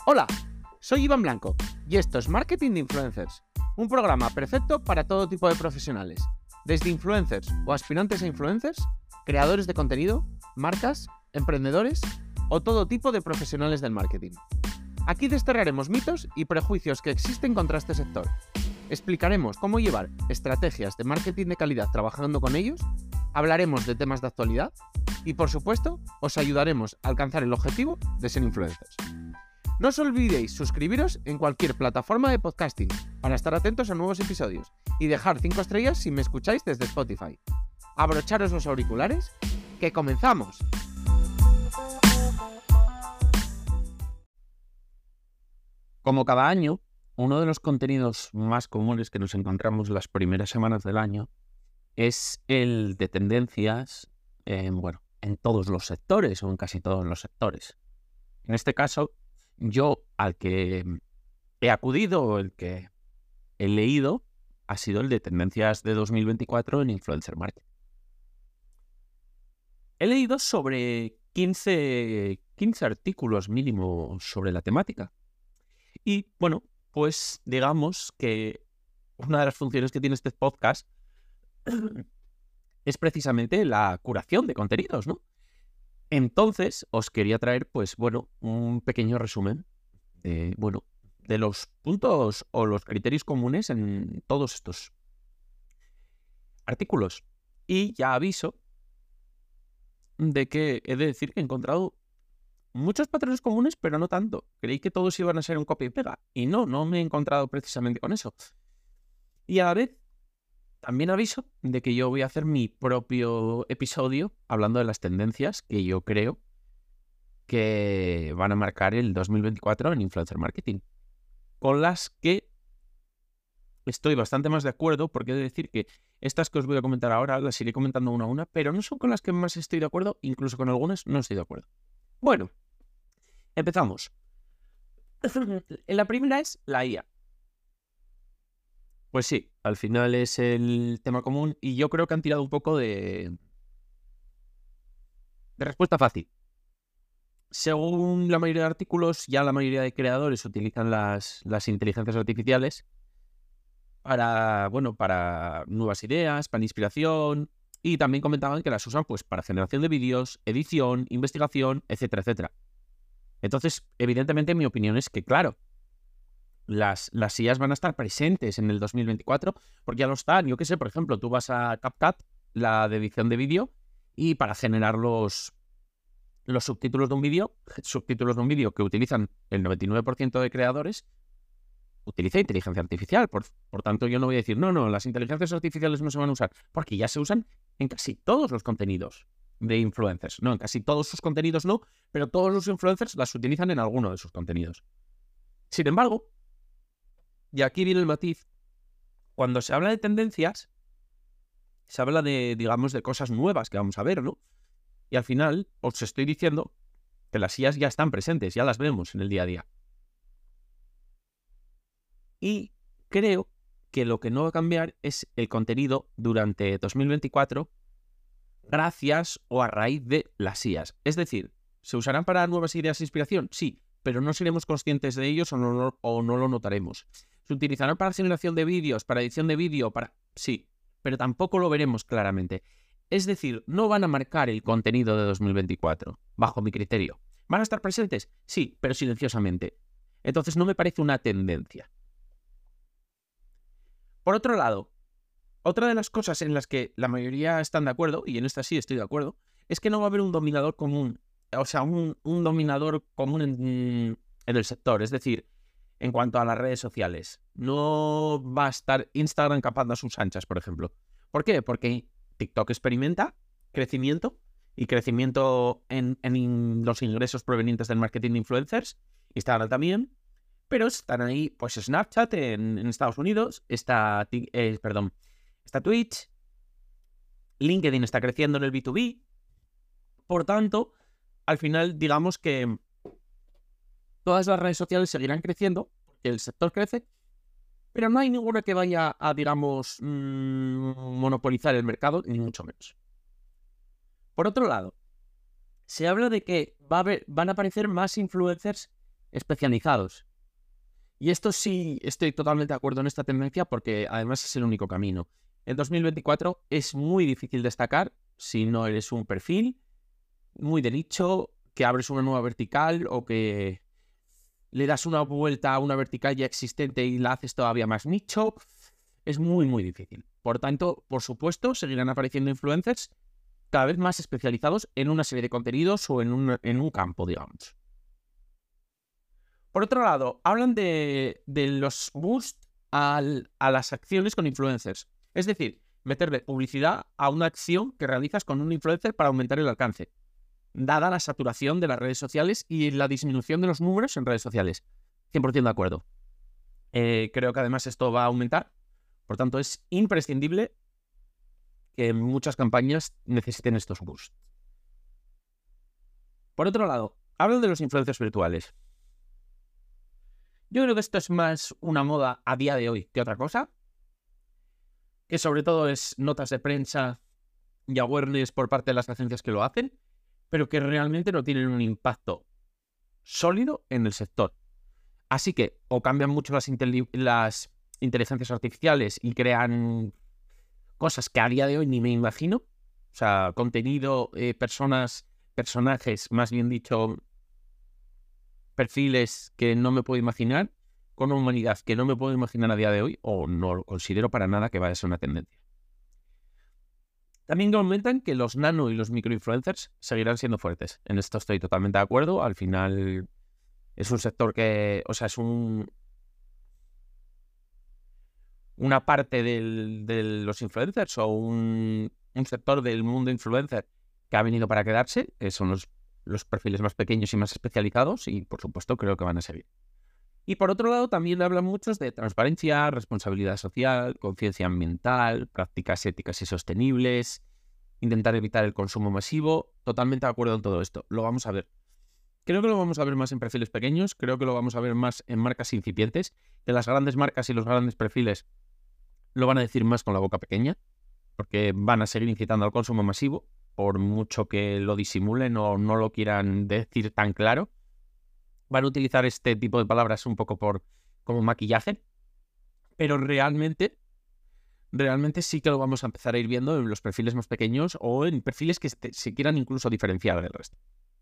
Hola, soy Iván Blanco y esto es Marketing de Influencers, un programa perfecto para todo tipo de profesionales, desde influencers o aspirantes a influencers, creadores de contenido, marcas, emprendedores o todo tipo de profesionales del marketing. Aquí desterraremos mitos y prejuicios que existen contra este sector. Explicaremos cómo llevar estrategias de marketing de calidad trabajando con ellos, hablaremos de temas de actualidad y, por supuesto, os ayudaremos a alcanzar el objetivo de ser influencers. No os olvidéis suscribiros en cualquier plataforma de podcasting para estar atentos a nuevos episodios y dejar 5 estrellas si me escucháis desde Spotify. Abrocharos los auriculares, ¡que comenzamos! Como cada año, uno de los contenidos más comunes que nos encontramos las primeras semanas del año es el de tendencias, en todos los sectores o en casi todos los sectores. En este caso, yo al que he acudido o el que he leído ha sido el de tendencias de 2024 en Influencer Marketing. He leído sobre 15 artículos mínimo sobre la temática. Y bueno, pues digamos que una de las funciones que tiene este podcast es precisamente la curación de contenidos, ¿no? Entonces, os quería traer, un pequeño resumen de los puntos o los criterios comunes en todos estos artículos. Y ya aviso de que he de decir que he encontrado muchos patrones comunes, pero no tanto. Creí que todos iban a ser un copia y pega. Y no me he encontrado precisamente con eso. Y a la vez, también aviso de que yo voy a hacer mi propio episodio hablando de las tendencias que yo creo que van a marcar el 2024 en Influencer Marketing, con las que estoy bastante más de acuerdo, porque he de decir que estas que os voy a comentar ahora las iré comentando una a una, pero no son con las que más estoy de acuerdo, incluso con algunas no estoy de acuerdo. Bueno, empezamos. La primera es la IA. Pues sí, al final es el tema común y yo creo que han tirado un poco de respuesta fácil. Según la mayoría de artículos, ya la mayoría de creadores utilizan las inteligencias artificiales para nuevas ideas, para inspiración, y también comentaban que las usan pues para generación de vídeos, edición, investigación, etcétera, etcétera. Entonces, evidentemente, mi opinión es que, claro, las IAs van a estar presentes en el 2024, porque ya lo están. Yo qué sé, por ejemplo, tú vas a CapCut, la de edición de vídeo, y para generar los subtítulos de un vídeo que utilizan el 99% de creadores, utiliza inteligencia artificial. Por tanto, yo no voy a decir, no, las inteligencias artificiales no se van a usar, porque ya se usan en casi todos los contenidos de influencers. No, en casi todos sus contenidos no, pero todos los influencers las utilizan en alguno de sus contenidos. Sin embargo, y aquí viene el matiz, cuando se habla de tendencias, se habla de cosas nuevas que vamos a ver, ¿no? Y al final os estoy diciendo que las IAs ya están presentes, ya las vemos en el día a día. Y creo que lo que no va a cambiar es el contenido durante 2024 gracias o a raíz de las IAs. Es decir, ¿se usarán para nuevas ideas de inspiración? Sí, pero no seremos conscientes de ellos o no lo notaremos. ¿Se utilizarán para generación de vídeos, para edición de vídeo? Sí, pero tampoco lo veremos claramente. Es decir, no van a marcar el contenido de 2024, bajo mi criterio. ¿Van a estar presentes? Sí, pero silenciosamente. Entonces no me parece una tendencia. Por otro lado, otra de las cosas en las que la mayoría están de acuerdo, y en esta sí estoy de acuerdo, es que no va a haber un dominador común, o sea, un dominador común en el sector. Es decir, en cuanto a las redes sociales, no va a estar Instagram capando a sus anchas, por ejemplo. ¿Por qué? Porque TikTok experimenta crecimiento en los ingresos provenientes del marketing de influencers, Instagram también, pero están ahí pues Snapchat en Estados Unidos, está Twitch, LinkedIn está creciendo en el B2B. Por tanto, al final digamos que todas las redes sociales seguirán creciendo, porque el sector crece, pero no hay ninguna que vaya a, monopolizar el mercado, ni mucho menos. Por otro lado, se habla de que van a aparecer más influencers especializados. Y esto sí, estoy totalmente de acuerdo en esta tendencia porque además es el único camino. En 2024 es muy difícil destacar si no eres un perfil muy de nicho, que abres una nueva vertical o que le das una vuelta a una vertical ya existente y la haces todavía más nicho. Es muy, muy difícil. Por tanto, por supuesto, seguirán apareciendo influencers cada vez más especializados en una serie de contenidos o en un campo, digamos. Por otro lado, hablan de los boosts a las acciones con influencers. Es decir, meterle publicidad a una acción que realizas con un influencer para aumentar el alcance, dada la saturación de las redes sociales y la disminución de los números en redes sociales. 100% de acuerdo. Creo que además esto va a aumentar. Por tanto, es imprescindible que muchas campañas necesiten estos boosts. Por otro lado, hablan de los influencers virtuales. Yo creo que esto es más una moda a día de hoy que otra cosa, que sobre todo es notas de prensa y awareness por parte de las agencias que lo hacen, pero que realmente no tienen un impacto sólido en el sector. Así que o cambian mucho las inteligencias artificiales y crean cosas que a día de hoy ni me imagino, o sea, contenido, personajes, más bien dicho, perfiles que no me puedo imaginar, con una humanidad que no me puedo imaginar a día de hoy, o no lo considero para nada que vaya a ser una tendencia. También comentan que los nano y los microinfluencers seguirán siendo fuertes. En esto estoy totalmente de acuerdo. Al final es un sector que, o sea, es una parte de los influencers o un sector del mundo influencer que ha venido para quedarse, que son los perfiles más pequeños y más especializados y, por supuesto, creo que van a seguir. Y por otro lado, también hablan muchos de transparencia, responsabilidad social, conciencia ambiental, prácticas éticas y sostenibles, intentar evitar el consumo masivo. Totalmente de acuerdo en todo esto. Lo vamos a ver. Creo que lo vamos a ver más en perfiles pequeños, creo que lo vamos a ver más en marcas incipientes, que las grandes marcas y los grandes perfiles lo van a decir más con la boca pequeña, porque van a seguir incitando al consumo masivo, por mucho que lo disimulen o no lo quieran decir tan claro. Van a utilizar este tipo de palabras un poco como maquillaje, pero realmente sí que lo vamos a empezar a ir viendo en los perfiles más pequeños o en perfiles que se quieran incluso diferenciar del resto.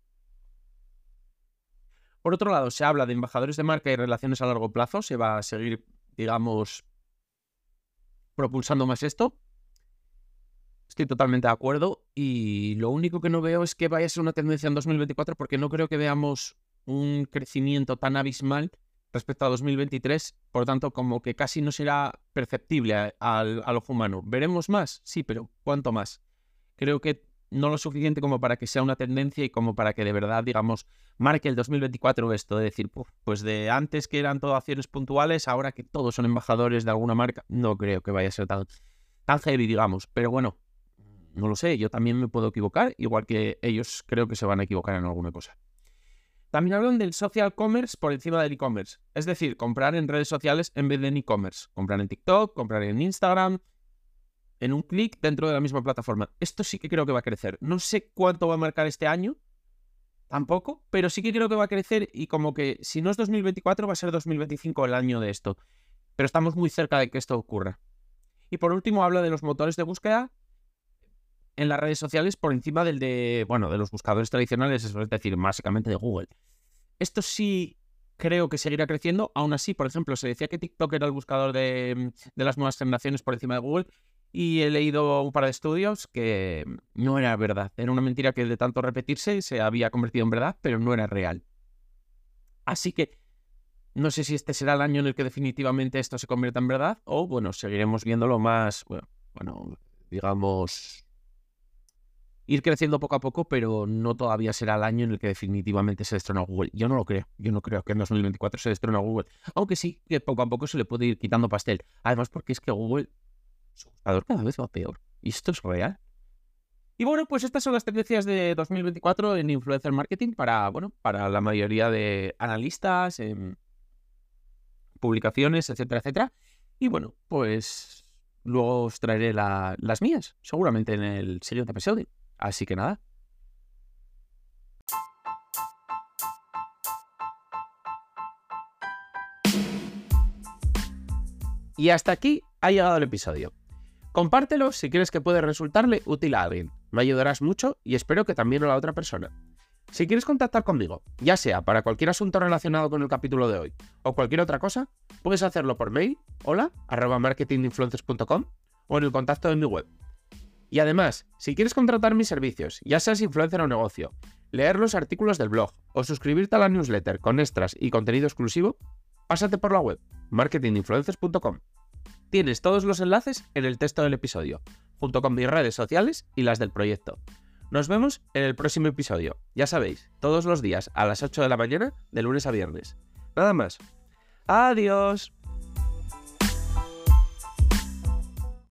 Por otro lado, se habla de embajadores de marca y relaciones a largo plazo. Se va a seguir, digamos, propulsando más esto. Estoy totalmente de acuerdo y lo único que no veo es que vaya a ser una tendencia en 2024 porque no creo que veamos un crecimiento tan abismal respecto a 2023, por tanto, como que casi no será perceptible al ojo humano. ¿Veremos más? Sí, pero ¿cuánto más? Creo que no lo suficiente como para que sea una tendencia y como para que de verdad, digamos, marque el 2024 esto, de decir, pues de antes que eran todo acciones puntuales, ahora que todos son embajadores de alguna marca, no creo que vaya a ser tan heavy, digamos, pero bueno, no lo sé, yo también me puedo equivocar, igual que ellos creo que se van a equivocar en alguna cosa. También hablan del social commerce por encima del e-commerce, es decir, comprar en redes sociales en vez de en e-commerce, comprar en TikTok, comprar en Instagram, en un clic dentro de la misma plataforma. Esto sí que creo que va a crecer. No sé cuánto va a marcar este año, tampoco, pero sí que creo que va a crecer y como que si no es 2024 va a ser 2025 el año de esto. Pero estamos muy cerca de que esto ocurra. Y por último habla de los motores de búsqueda en las redes sociales por encima de los buscadores tradicionales, es decir, básicamente de Google. Esto sí creo que seguirá creciendo. Aún así, por ejemplo, se decía que TikTok era el buscador de las nuevas generaciones por encima de Google y he leído un par de estudios que no era verdad. Era una mentira que de tanto repetirse se había convertido en verdad, pero no era real. Así que no sé si este será el año en el que definitivamente esto se convierta en verdad o, bueno, seguiremos viéndolo más, digamos, ir creciendo poco a poco, pero no todavía será el año en el que definitivamente se destrona Google. Yo no lo creo. Yo no creo que en 2024 se destrona Google. Aunque sí que poco a poco se le puede ir quitando pastel. Además, porque es que Google, su buscador cada vez va peor. Y esto es real. Y bueno, pues estas son las tendencias de 2024 en influencer marketing para la mayoría de analistas, publicaciones, etcétera, etcétera. Y bueno, pues luego os traeré las mías, seguramente en el siguiente episodio. Así que nada. Y hasta aquí ha llegado el episodio. Compártelo si crees que puede resultarle útil a alguien. Me ayudarás mucho y espero que también a la otra persona. Si quieres contactar conmigo, ya sea para cualquier asunto relacionado con el capítulo de hoy o cualquier otra cosa, puedes hacerlo por mail, hola@marketinginfluencers.com, o en el contacto de mi web. Y además, si quieres contratar mis servicios, ya seas influencer o negocio, leer los artículos del blog o suscribirte a la newsletter con extras y contenido exclusivo, pásate por la web marketinginfluencers.com. Tienes todos los enlaces en el texto del episodio, junto con mis redes sociales y las del proyecto. Nos vemos en el próximo episodio, ya sabéis, todos los días a las 8 de la mañana, de lunes a viernes. Nada más. ¡Adiós!